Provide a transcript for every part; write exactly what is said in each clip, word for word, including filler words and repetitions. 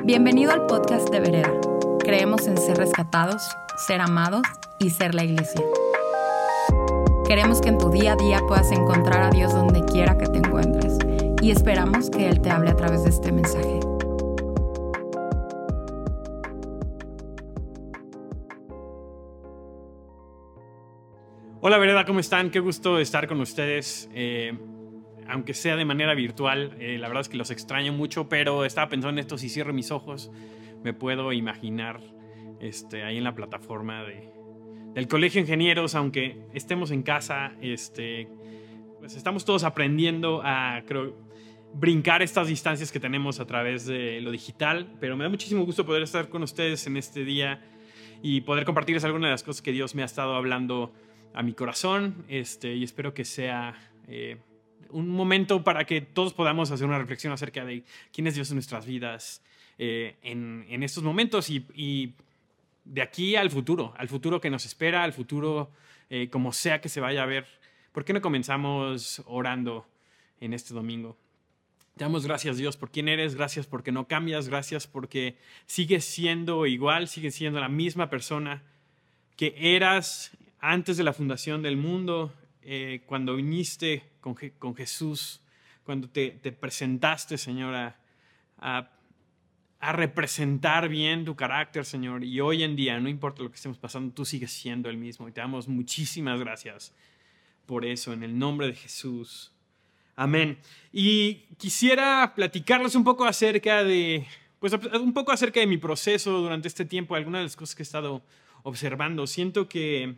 Bienvenido al podcast de Vereda. Creemos en ser rescatados, ser amados y ser la iglesia. Queremos que en tu día a día puedas encontrar a Dios donde quiera que te encuentres y esperamos que Él te hable a través de este mensaje. Hola Vereda, ¿cómo están? Qué gusto estar con ustedes, eh, aunque sea de manera virtual. Eh, la verdad es que los extraño mucho, pero estaba pensando en esto, si cierro mis ojos, me puedo imaginar este, ahí en la plataforma de, del Colegio de Ingenieros, aunque estemos en casa, este, pues estamos todos aprendiendo a, creo, brincar estas distancias que tenemos a través de lo digital, pero me da muchísimo gusto poder estar con ustedes en este día y poder compartirles algunas de las cosas que Dios me ha estado hablando a mi corazón, este, y espero que sea eh, un momento para que todos podamos hacer una reflexión acerca de quién es Dios en nuestras vidas eh, en, en estos momentos y, y de aquí al futuro, al futuro que nos espera, al futuro eh, como sea que se vaya a ver. ¿Por qué no comenzamos orando en este domingo? Te damos gracias, Dios, por quién eres, gracias porque no cambias, gracias porque sigues siendo igual, sigues siendo la misma persona que eras antes de la fundación del mundo, eh, cuando viniste con, Je- con Jesús, cuando te, te presentaste, Señor, a, a, a representar bien tu carácter, Señor. Y hoy en día, no importa lo que estemos pasando, tú sigues siendo el mismo. Y te damos muchísimas gracias por eso, en el nombre de Jesús. Amén. Y quisiera platicarles un poco acerca de, pues un poco acerca de mi proceso durante este tiempo, algunas de las cosas que he estado observando. Siento que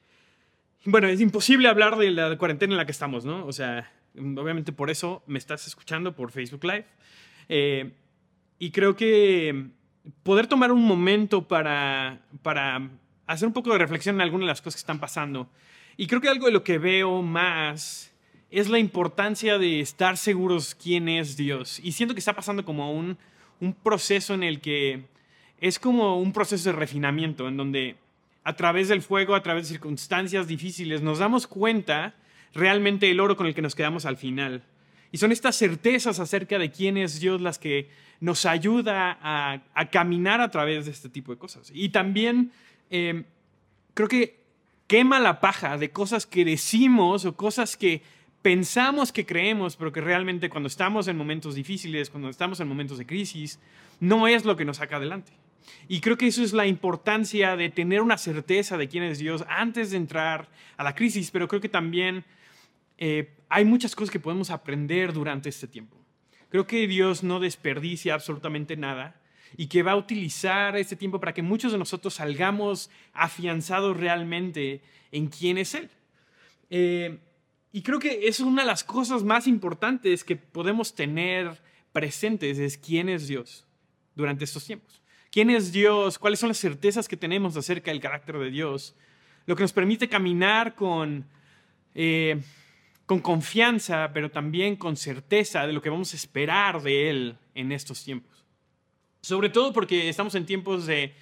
Bueno, es imposible hablar de la cuarentena en la que estamos, ¿no? O sea, obviamente por eso me estás escuchando por Facebook Live. Eh, y creo que poder tomar un momento para, para hacer un poco de reflexión en algunas de las cosas que están pasando. Y creo que algo de lo que veo más es la importancia de estar seguros quién es Dios. Y siento que está pasando como un, un proceso en el que es como un proceso de refinamiento, en donde a través del fuego, a través de circunstancias difíciles, nos damos cuenta realmente el oro con el que nos quedamos al final. Y son estas certezas acerca de quién es Dios las que nos ayuda a, a caminar a través de este tipo de cosas. Y también eh, creo que quema la paja de cosas que decimos o cosas que pensamos que creemos, pero que realmente cuando estamos en momentos difíciles, cuando estamos en momentos de crisis, no es lo que nos saca adelante. Y creo que eso es la importancia de tener una certeza de quién es Dios antes de entrar a la crisis, pero creo que también eh, hay muchas cosas que podemos aprender durante este tiempo. Creo que Dios no desperdicia absolutamente nada y que va a utilizar este tiempo para que muchos de nosotros salgamos afianzados realmente en quién es Él. Eh, y creo que es una de las cosas más importantes que podemos tener presentes, es quién es Dios durante estos tiempos. ¿Quién es Dios? ¿Cuáles son las certezas que tenemos acerca del carácter de Dios? Lo que nos permite caminar con, eh, con confianza, pero también con certeza de lo que vamos a esperar de Él en estos tiempos. Sobre todo porque estamos en tiempos de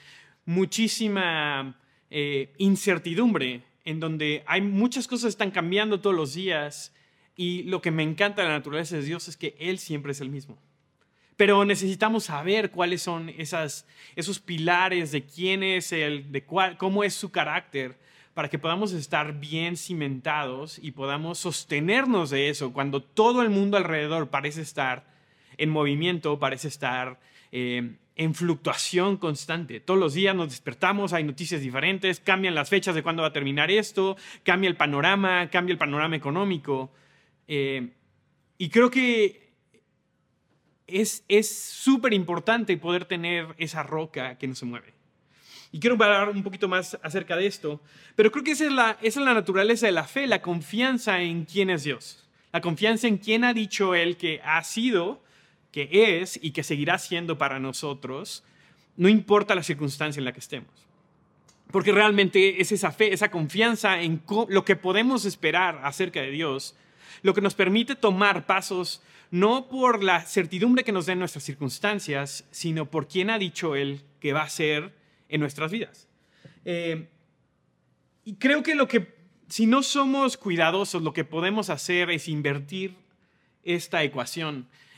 muchísima eh, incertidumbre, en donde hay muchas cosas que están cambiando todos los días y lo que me encanta de la naturaleza de Dios es que Él siempre es el mismo. Pero necesitamos saber cuáles son esas, esos pilares de quién es Él, de cuál, cómo es su carácter, para que podamos estar bien cimentados y podamos sostenernos de eso cuando todo el mundo alrededor parece estar en movimiento, parece estar eh, en fluctuación constante. Todos los días nos despertamos, hay noticias diferentes, cambian las fechas de cuándo va a terminar esto, cambia el panorama, cambia el panorama económico. Eh, y creo que Es súper importante poder tener esa roca que no se mueve. Y quiero hablar un poquito más acerca de esto, pero creo que esa es, la, esa es la naturaleza de la fe, la confianza en quién es Dios. La confianza en quién ha dicho Él que ha sido, que es y que seguirá siendo para nosotros, no importa la circunstancia en la que estemos. Porque realmente es esa fe, esa confianza en lo que podemos esperar acerca de Dios, lo que nos permite tomar pasos no por la certidumbre que nos den nuestras circunstancias, sino por quién ha dicho Él que va a ser en nuestras vidas. Eh, y creo que, lo que si no somos cuidadosos, lo que podemos hacer es invertir esta ecuación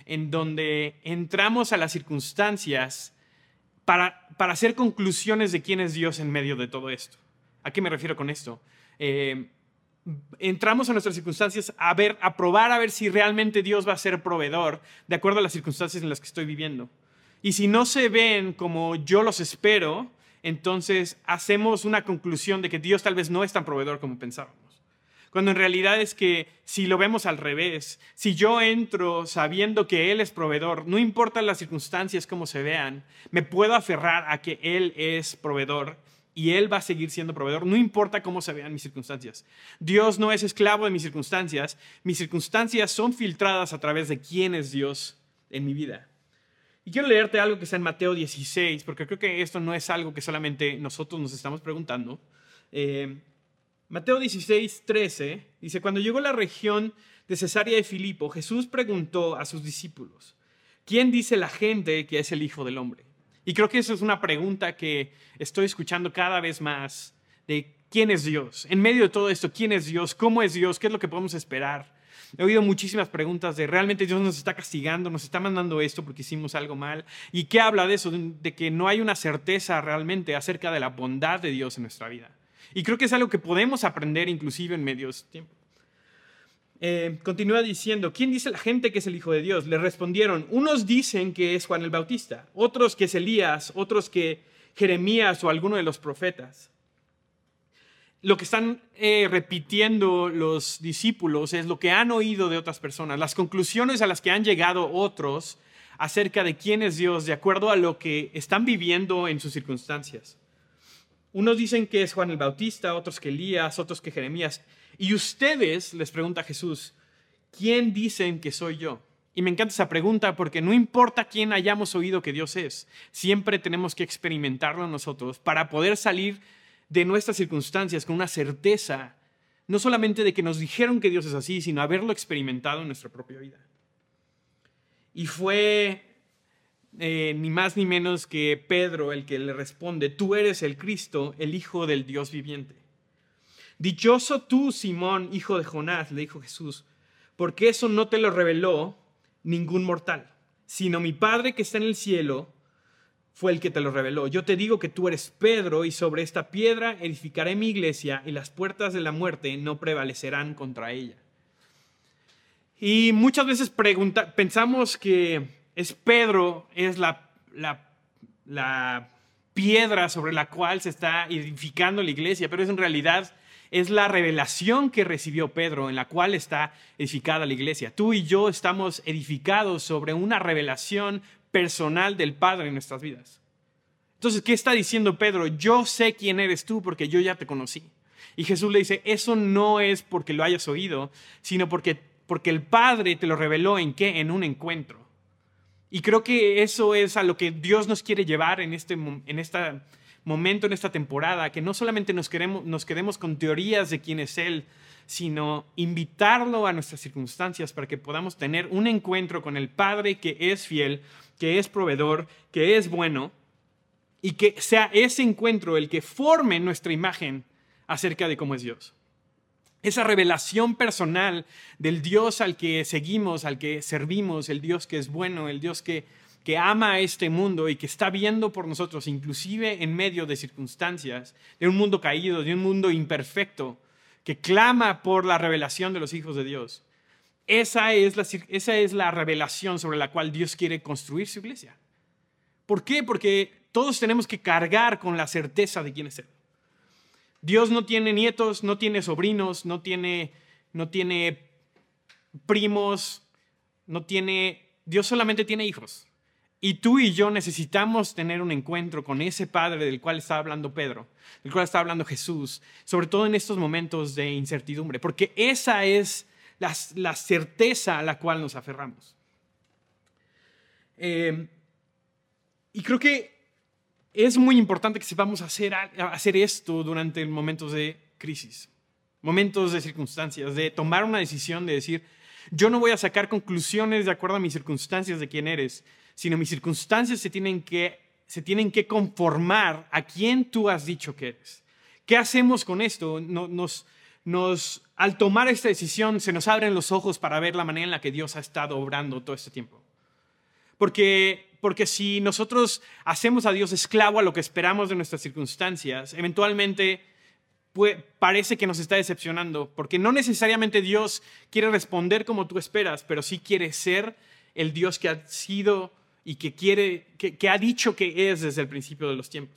en donde entramos a las circunstancias para, para hacer conclusiones de quién es Dios en medio de todo esto. ¿A qué me refiero con esto? Eh, entramos a nuestras circunstancias a ver, a probar a ver si realmente Dios va a ser proveedor de acuerdo a las circunstancias en las que estoy viviendo. Y si no se ven como yo los espero, entonces hacemos una conclusión de que Dios tal vez no es tan proveedor como pensábamos. Cuando en realidad es que si lo vemos al revés, si yo entro sabiendo que Él es proveedor, no importa las circunstancias como se vean, me puedo aferrar a que Él es proveedor y Él va a seguir siendo proveedor, no importa cómo se vean mis circunstancias. Dios no es esclavo de mis circunstancias, mis circunstancias son filtradas a través de quién es Dios en mi vida. Y quiero leerte algo que está en Mateo dieciséis, porque creo que esto no es algo que solamente nosotros nos estamos preguntando. Eh, Mateo dieciséis, trece, dice, cuando llegó a la región de Cesarea de Filipo, Jesús preguntó a sus discípulos, ¿quién dice la gente que es el Hijo del Hombre? Y creo que esa es una pregunta que estoy escuchando cada vez más, de quién es Dios. En medio de todo esto, ¿quién es Dios? ¿Cómo es Dios? ¿Qué es lo que podemos esperar? He oído muchísimas preguntas de ¿realmente Dios nos está castigando? ¿Nos está mandando esto porque hicimos algo mal? ¿Y qué habla de eso? De que no hay una certeza realmente acerca de la bondad de Dios en nuestra vida. Y creo que es algo que podemos aprender inclusive en medio de este tiempo. Eh, continúa diciendo, ¿quién dice la gente que es el Hijo de Dios? Le respondieron, unos dicen que es Juan el Bautista, otros que es Elías, otros que Jeremías o alguno de los profetas. Lo que están eh, repitiendo los discípulos es lo que han oído de otras personas, las conclusiones a las que han llegado otros acerca de quién es Dios, de acuerdo a lo que están viviendo en sus circunstancias. Unos dicen que es Juan el Bautista, otros que Elías, otros que Jeremías. Y ustedes, les pregunta Jesús, ¿quién dicen que soy yo? Y me encanta esa pregunta porque no importa quién hayamos oído que Dios es, siempre tenemos que experimentarlo nosotros para poder salir de nuestras circunstancias con una certeza, no solamente de que nos dijeron que Dios es así, sino haberlo experimentado en nuestra propia vida. Y fue eh, ni más ni menos que Pedro el que le responde, tú eres el Cristo, el Hijo del Dios viviente. Dichoso tú, Simón, hijo de Jonás, le dijo Jesús, porque eso no te lo reveló ningún mortal, sino mi Padre que está en el cielo fue el que te lo reveló. Yo te digo que tú eres Pedro y sobre esta piedra edificaré mi iglesia y las puertas de la muerte no prevalecerán contra ella. Y muchas veces pregunta, pensamos que es Pedro, es la, la, la piedra sobre la cual se está edificando la iglesia, pero es en realidad es la revelación que recibió Pedro en la cual está edificada la iglesia. Tú y yo estamos edificados sobre una revelación personal del Padre en nuestras vidas. Entonces, ¿qué está diciendo Pedro? Yo sé quién eres tú porque yo ya te conocí. Y Jesús le dice, eso no es porque lo hayas oído, sino porque, porque el Padre te lo reveló ¿en qué? En un encuentro. Y creo que eso es a lo que Dios nos quiere llevar en este, en esta momento, en esta temporada, que no solamente nos, queremos, nos quedemos con teorías de quién es Él, sino invitarlo a nuestras circunstancias para que podamos tener un encuentro con el Padre que es fiel, que es proveedor, que es bueno, y que sea ese encuentro el que forme nuestra imagen acerca de cómo es Dios. Esa revelación personal del Dios al que seguimos, al que servimos, el Dios que es bueno, el Dios que, que ama a este mundo y que está viendo por nosotros, inclusive en medio de circunstancias, de un mundo caído, de un mundo imperfecto, que clama por la revelación de los hijos de Dios. Esa es la, esa es la revelación sobre la cual Dios quiere construir su iglesia. ¿Por qué? Porque todos tenemos que cargar con la certeza de quién es Él. Dios no tiene nietos, no tiene sobrinos, no tiene, no tiene primos, no tiene, Dios solamente tiene hijos. Y tú y yo necesitamos tener un encuentro con ese Padre del cual está hablando Pedro, del cual está hablando Jesús, sobre todo en estos momentos de incertidumbre, porque esa es la, la certeza a la cual nos aferramos. Eh, y creo que es muy importante que sepamos hacer, hacer esto durante momentos de crisis, momentos de circunstancias, de tomar una decisión de decir, yo no voy a sacar conclusiones de acuerdo a mis circunstancias de quién eres, sino mis circunstancias se tienen que, se tienen que conformar a quién tú has dicho que eres. ¿Qué hacemos con esto? Nos, nos, al tomar esta decisión se nos abren los ojos para ver la manera en la que Dios ha estado obrando todo este tiempo. Porque, porque si nosotros hacemos a Dios esclavo a lo que esperamos de nuestras circunstancias, eventualmente pues, parece que nos está decepcionando, porque no necesariamente Dios quiere responder como tú esperas, pero sí quiere ser el Dios que ha sido y que, quiere, que, que ha dicho que es desde el principio de los tiempos.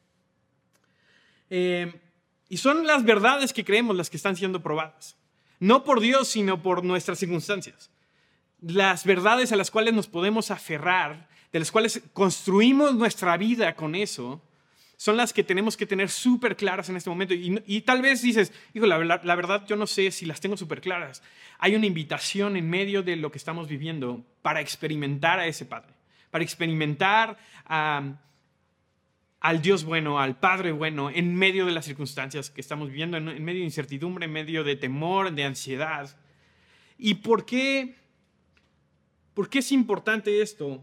Eh, y son las verdades que creemos las que están siendo probadas. No por Dios, sino por nuestras circunstancias. Las verdades a las cuales nos podemos aferrar, de las cuales construimos nuestra vida con eso, son las que tenemos que tener súper claras en este momento. Y, y tal vez dices, hijo, la, la, la verdad yo no sé si las tengo súper claras. Hay una invitación en medio de lo que estamos viviendo para experimentar a ese Padre, para experimentar a... al Dios bueno, al Padre bueno, en medio de las circunstancias que estamos viviendo, en medio de incertidumbre, en medio de temor, de ansiedad. ¿Y por qué, por qué es importante esto?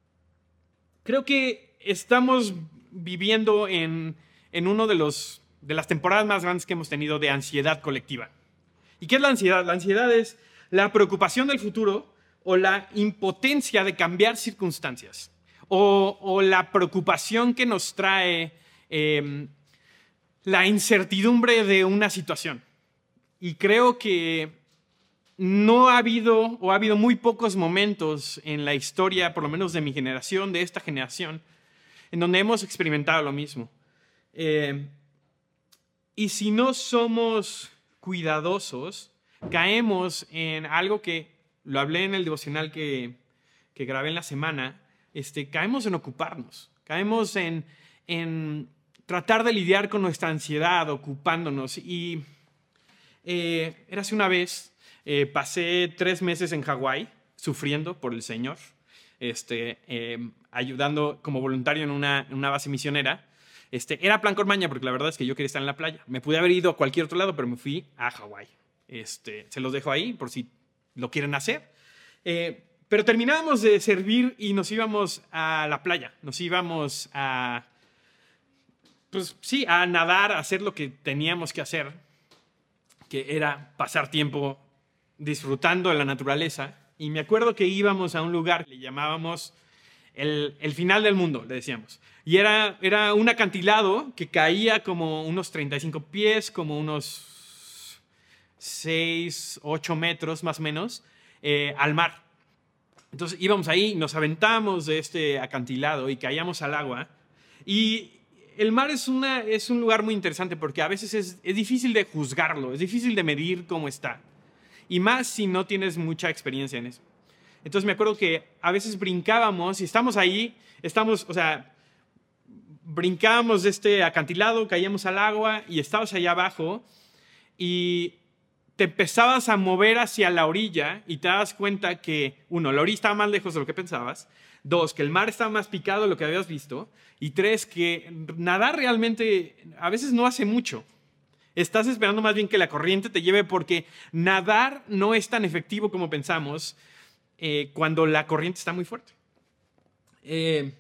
Creo que estamos viviendo en, en una de, los, de las temporadas más grandes que hemos tenido de ansiedad colectiva. ¿Y qué es la ansiedad? La ansiedad es la preocupación del futuro o la impotencia de cambiar circunstancias. O, o la preocupación que nos trae eh, la incertidumbre de una situación. Y creo que no ha habido, o ha habido muy pocos momentos en la historia, por lo menos de mi generación, de esta generación, en donde hemos experimentado lo mismo. Eh, y si no somos cuidadosos, caemos en algo que, lo hablé en el devocional que, que grabé en la semana, Este, caemos en ocuparnos, caemos en, en tratar de lidiar con nuestra ansiedad, ocupándonos. Y eh, érase una vez, eh, pasé tres meses en Hawái sufriendo por el Señor, este, eh, ayudando como voluntario en una, en una base misionera. Este, era plan con maña porque la verdad es que yo quería estar en la playa. Me pude haber ido a cualquier otro lado, pero me fui a Hawái. Este, se los dejo ahí por si lo quieren hacer. Eh, Pero terminábamos de servir y nos íbamos a la playa. Nos íbamos a, pues sí, a nadar, a hacer lo que teníamos que hacer, que era pasar tiempo disfrutando de la naturaleza. Y me acuerdo que íbamos a un lugar que le llamábamos el, el final del mundo, le decíamos. Y era, era un acantilado que caía como unos treinta y cinco pies, como unos seis, ocho metros más o menos, eh, al mar. Entonces íbamos ahí, nos aventamos de este acantilado y caíamos al agua. Y el mar es, una, es un lugar muy interesante porque a veces es, es difícil de juzgarlo, es difícil de medir cómo está. Y más si no tienes mucha experiencia en eso. Entonces me acuerdo que a veces brincábamos y estamos ahí, estamos, o sea, brincábamos de este acantilado, caíamos al agua y estábamos allá abajo y te empezabas a mover hacia la orilla y te das cuenta que, uno, la orilla estaba más lejos de lo que pensabas, dos, que el mar estaba más picado de lo que habías visto, y tres, que nadar realmente a veces no hace mucho. Estás esperando más bien que la corriente te lleve porque nadar no es tan efectivo como pensamos eh, cuando la corriente está muy fuerte. Eh,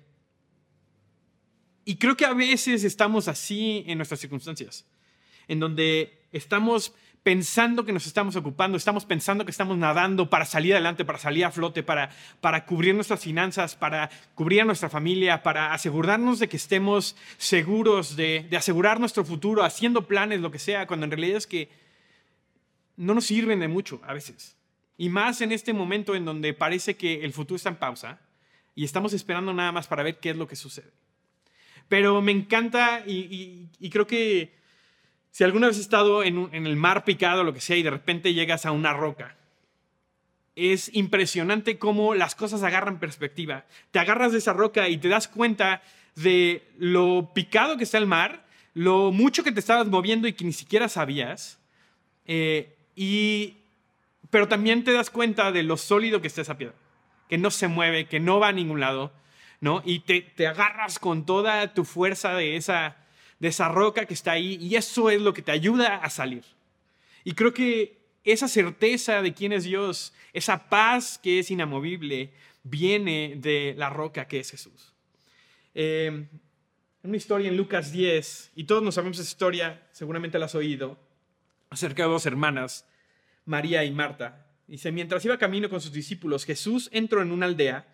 y creo que a veces estamos así en nuestras circunstancias, en donde estamos pensando que nos estamos ocupando, estamos pensando que estamos nadando para salir adelante, para salir a flote, para, para cubrir nuestras finanzas, para cubrir a nuestra familia, para asegurarnos de que estemos seguros, de, de asegurar nuestro futuro, haciendo planes, lo que sea, cuando en realidad es que no nos sirven de mucho a veces. Y más en este momento en donde parece que el futuro está en pausa y estamos esperando nada más para ver qué es lo que sucede. Pero me encanta y, y, y creo que si alguna vez has estado en, un, en el mar picado o lo que sea y de repente llegas a una roca, es impresionante cómo las cosas agarran perspectiva. Te agarras de esa roca y te das cuenta de lo picado que está el mar, lo mucho que te estabas moviendo y que ni siquiera sabías, eh, y, pero también te das cuenta de lo sólido que está esa piedra, que no se mueve, que no va a ningún lado, ¿no? Y te, te agarras con toda tu fuerza de esa... de esa roca que está ahí, y eso es lo que te ayuda a salir. Y creo que esa certeza de quién es Dios, esa paz que es inamovible, viene de la roca que es Jesús. Eh, una historia en Lucas diez, y todos nos sabemos esa historia, seguramente la has oído, acerca de dos hermanas, María y Marta. Dice, mientras iba camino con sus discípulos, Jesús entró en una aldea,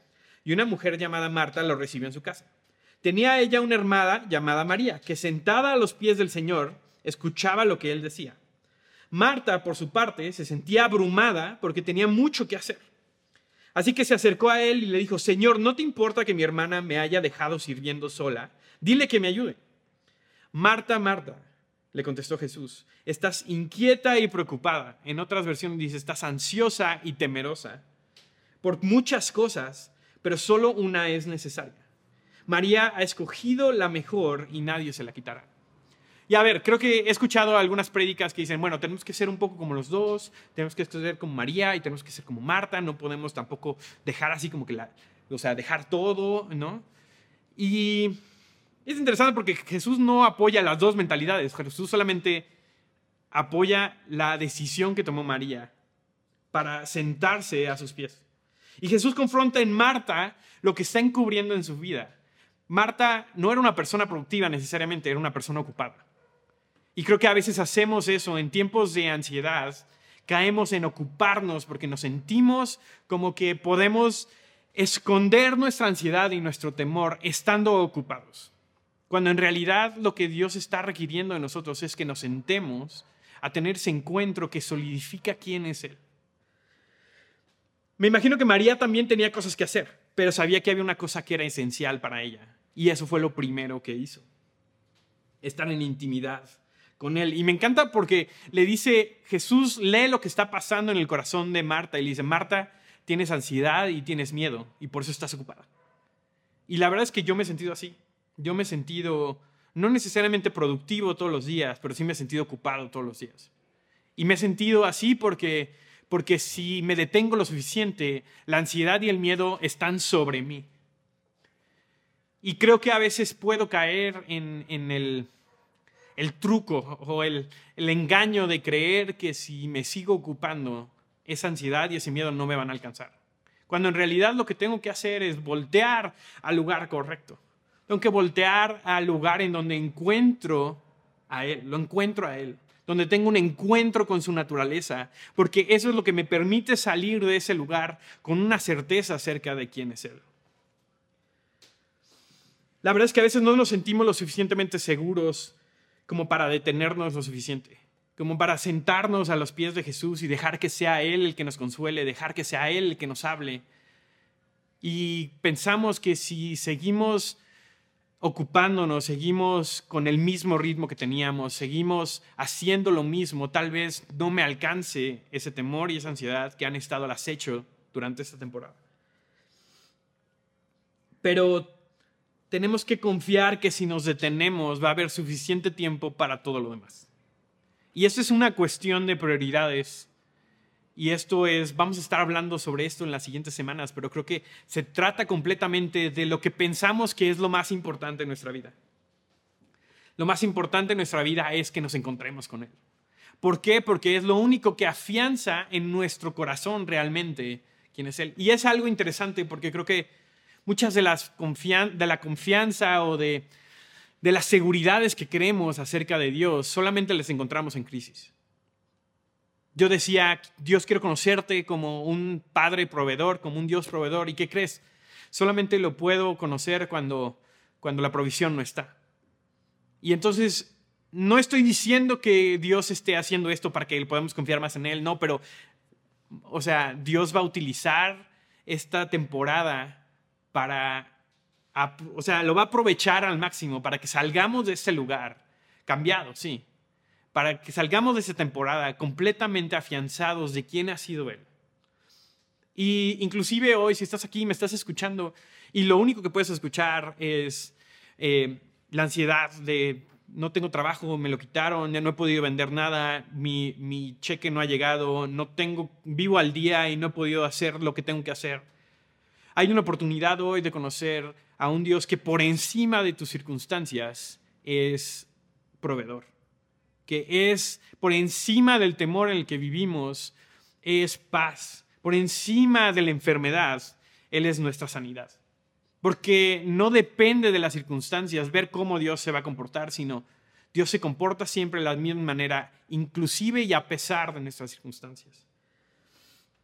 y una mujer llamada Marta lo recibió en su casa. Tenía ella una hermana llamada María, que sentada a los pies del Señor, escuchaba lo que él decía. Marta, por su parte, se sentía abrumada porque tenía mucho que hacer. Así que se acercó a él y le dijo, Señor, ¿no te importa que mi hermana me haya dejado sirviendo sola? Dile que me ayude. Marta, Marta, le contestó Jesús, estás inquieta y preocupada. En otras versiones dice, estás ansiosa y temerosa por muchas cosas, pero solo una es necesaria. María ha escogido la mejor y nadie se la quitará. Y a ver, creo que he escuchado algunas prédicas que dicen, bueno, tenemos que ser un poco como los dos, tenemos que ser como María y tenemos que ser como Marta, no podemos tampoco dejar así como que la, o sea, dejar todo, ¿no? Y es interesante porque Jesús no apoya las dos mentalidades, Jesús solamente apoya la decisión que tomó María para sentarse a sus pies. Y Jesús confronta en Marta lo que está encubriendo en su vida. Marta no era una persona productiva necesariamente, era una persona ocupada. Y creo que a veces hacemos eso en tiempos de ansiedad, caemos en ocuparnos porque nos sentimos como que podemos esconder nuestra ansiedad y nuestro temor estando ocupados. Cuando en realidad lo que Dios está requiriendo de nosotros es que nos sentemos a tener ese encuentro que solidifica quién es Él. Me imagino que María también tenía cosas que hacer, pero sabía que había una cosa que era esencial para ella. Y eso fue lo primero que hizo. Estar en intimidad con Él. Y me encanta porque le dice, Jesús lee lo que está pasando en el corazón de Marta y le dice, Marta, tienes ansiedad y tienes miedo y por eso estás ocupada. Y la verdad es que yo me he sentido así. Yo me he sentido no necesariamente productivo todos los días, pero sí me he sentido ocupado todos los días. Y me he sentido así porque, porque si me detengo lo suficiente, la ansiedad y el miedo están sobre mí. Y creo que a veces puedo caer en, en el, el truco o el, el engaño de creer que si me sigo ocupando, esa ansiedad y ese miedo no me van a alcanzar. Cuando en realidad lo que tengo que hacer es voltear al lugar correcto. Tengo que voltear al lugar en donde encuentro a Él, lo encuentro a Él, donde tengo un encuentro con su naturaleza, porque eso es lo que me permite salir de ese lugar con una certeza acerca de quién es Él. La verdad es que a veces no nos sentimos lo suficientemente seguros como para detenernos lo suficiente, como para sentarnos a los pies de Jesús y dejar que sea Él el que nos consuele, dejar que sea Él el que nos hable. Y pensamos que si seguimos ocupándonos, seguimos con el mismo ritmo que teníamos, seguimos haciendo lo mismo, tal vez no me alcance ese temor y esa ansiedad que han estado al acecho durante esta temporada. Pero tenemos que confiar que si nos detenemos va a haber suficiente tiempo para todo lo demás. Y esto es una cuestión de prioridades. Y esto es, vamos a estar hablando sobre esto en las siguientes semanas, pero creo que se trata completamente de lo que pensamos que es lo más importante en nuestra vida. Lo más importante en nuestra vida es que nos encontremos con Él. ¿Por qué? Porque es lo único que afianza en nuestro corazón realmente quién es Él. Y es algo interesante porque creo que muchas de, las confian- de la confianza o de, de las seguridades que creemos acerca de Dios solamente las encontramos en crisis. Yo decía, Dios, quiero conocerte como un padre proveedor, como un Dios proveedor. ¿Y qué crees? Solamente lo puedo conocer cuando, cuando la provisión no está. Y entonces, no estoy diciendo que Dios esté haciendo esto para que podamos confiar más en Él, no, pero, o sea, Dios va a utilizar esta temporada para, o sea, lo va a aprovechar al máximo para que salgamos de ese lugar cambiados, sí. Para que salgamos de esa temporada completamente afianzados de quién ha sido Él. Y inclusive hoy, si estás aquí, me estás escuchando, y lo único que puedes escuchar es eh, la ansiedad de no tengo trabajo, me lo quitaron, ya no he podido vender nada, mi, mi cheque no ha llegado, no tengo, vivo al día y no he podido hacer lo que tengo que hacer. Hay una oportunidad hoy de conocer a un Dios que por encima de tus circunstancias es proveedor. Que es por encima del temor en el que vivimos, es paz. Por encima de la enfermedad, Él es nuestra sanidad. Porque no depende de las circunstancias ver cómo Dios se va a comportar, sino Dios se comporta siempre de la misma manera, inclusive y a pesar de nuestras circunstancias.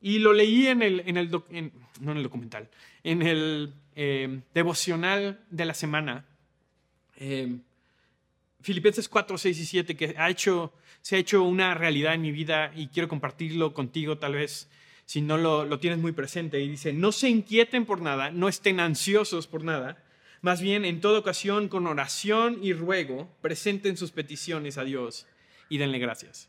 Y lo leí en el, en el doc, en, no en el documental, en el eh, devocional de la semana. Eh, Filipenses cuatro, seis y siete, que ha hecho, se ha hecho una realidad en mi vida y quiero compartirlo contigo tal vez si no lo, lo tienes muy presente. Y dice, no se inquieten por nada, no estén ansiosos por nada, más bien en toda ocasión con oración y ruego presenten sus peticiones a Dios y denle gracias.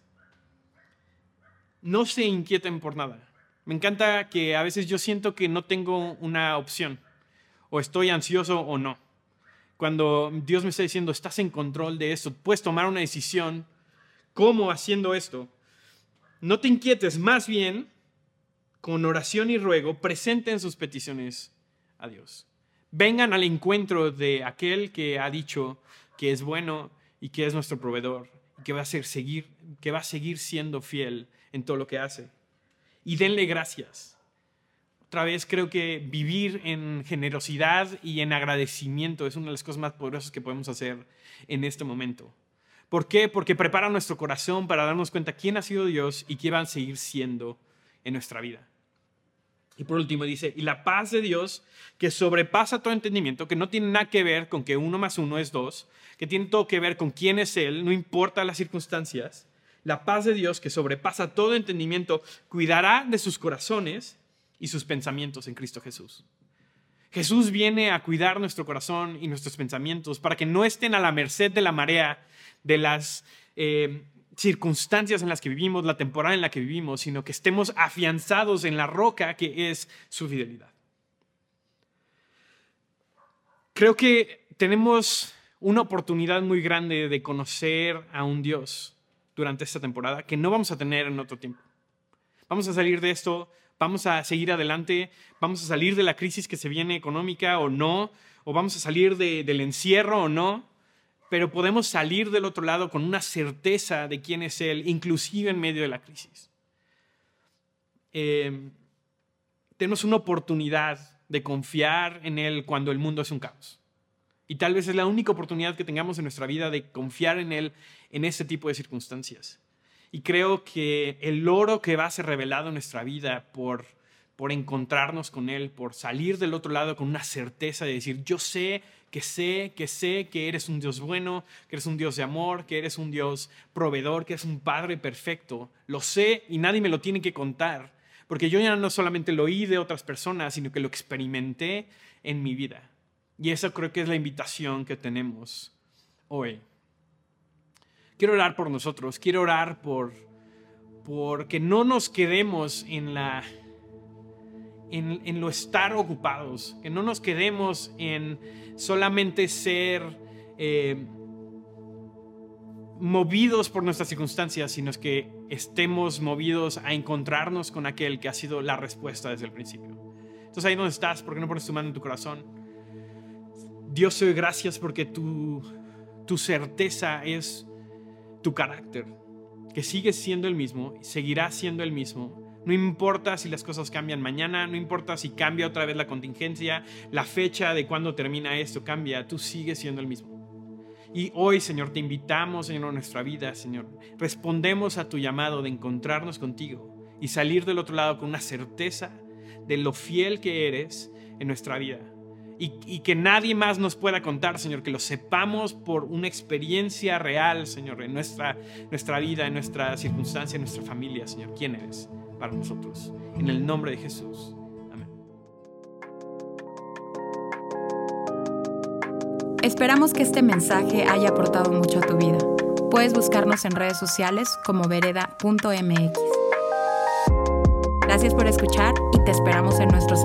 No se inquieten por nada. Me encanta que a veces yo siento que no tengo una opción, o estoy ansioso o no. Cuando Dios me está diciendo, estás en control de esto, puedes tomar una decisión, ¿cómo haciendo esto? No te inquietes, más bien, con oración y ruego, presenten sus peticiones a Dios. Vengan al encuentro de aquel que ha dicho que es bueno y que es nuestro proveedor, y que va a ser seguir, que va a seguir siendo fiel en todo lo que hace. Y denle gracias. Otra vez creo que vivir en generosidad y en agradecimiento es una de las cosas más poderosas que podemos hacer en este momento. ¿Por qué? Porque prepara nuestro corazón para darnos cuenta quién ha sido Dios y quién va a seguir siendo en nuestra vida. Y por último dice, y la paz de Dios que sobrepasa todo entendimiento, que no tiene nada que ver con que uno más uno es dos, que tiene todo que ver con quién es Él, no importa las circunstancias. La paz de Dios que sobrepasa todo entendimiento cuidará de sus corazones y sus pensamientos en Cristo Jesús. Jesús viene a cuidar nuestro corazón y nuestros pensamientos para que no estén a la merced de la marea, de las eh, circunstancias en las que vivimos, la temporada en la que vivimos, sino que estemos afianzados en la roca que es su fidelidad. Creo que tenemos una oportunidad muy grande de conocer a un Dios durante esta temporada que no vamos a tener en otro tiempo. Vamos a salir de esto, vamos a seguir adelante, vamos a salir de la crisis que se viene económica o no, o vamos a salir de, del encierro o no, pero podemos salir del otro lado con una certeza de quién es Él, inclusive en medio de la crisis. Eh, tenemos una oportunidad de confiar en Él cuando el mundo es un caos. Y tal vez es la única oportunidad que tengamos en nuestra vida de confiar en Él en este tipo de circunstancias. Y creo que el oro que va a ser revelado en nuestra vida por, por encontrarnos con Él, por salir del otro lado con una certeza de decir, yo sé que sé, que sé que eres un Dios bueno, que eres un Dios de amor, que eres un Dios proveedor, que eres un Padre perfecto. Lo sé y nadie me lo tiene que contar, porque yo ya no solamente lo oí de otras personas, sino que lo experimenté en mi vida. Y esa creo que es la invitación que tenemos hoy. Quiero orar por nosotros, quiero orar por, por que no nos quedemos en, la, en, en lo estar ocupados, que no nos quedemos en solamente ser eh, movidos por nuestras circunstancias, sino que estemos movidos a encontrarnos con aquel que ha sido la respuesta desde el principio. Entonces ahí donde estás, ¿por qué no pones tu mano en tu corazón? Dios, te doy gracias porque tu, tu certeza es tu carácter, que sigue siendo el mismo y seguirá siendo el mismo. No importa si las cosas cambian mañana, no importa si cambia otra vez la contingencia, la fecha de cuándo termina esto cambia, tú sigues siendo el mismo. Y hoy, Señor, te invitamos, Señor, a nuestra vida, Señor. Respondemos a tu llamado de encontrarnos contigo y salir del otro lado con una certeza de lo fiel que eres en nuestra vida. Y, y que nadie más nos pueda contar, Señor, que lo sepamos por una experiencia real, Señor, en nuestra, nuestra vida, en nuestra circunstancia, en nuestra familia, Señor. ¿Quién eres para nosotros? En el nombre de Jesús. Amén. Esperamos que este mensaje haya aportado mucho a tu vida. Puedes buscarnos en redes sociales como vereda punto m x. Gracias por escuchar y te esperamos en nuestro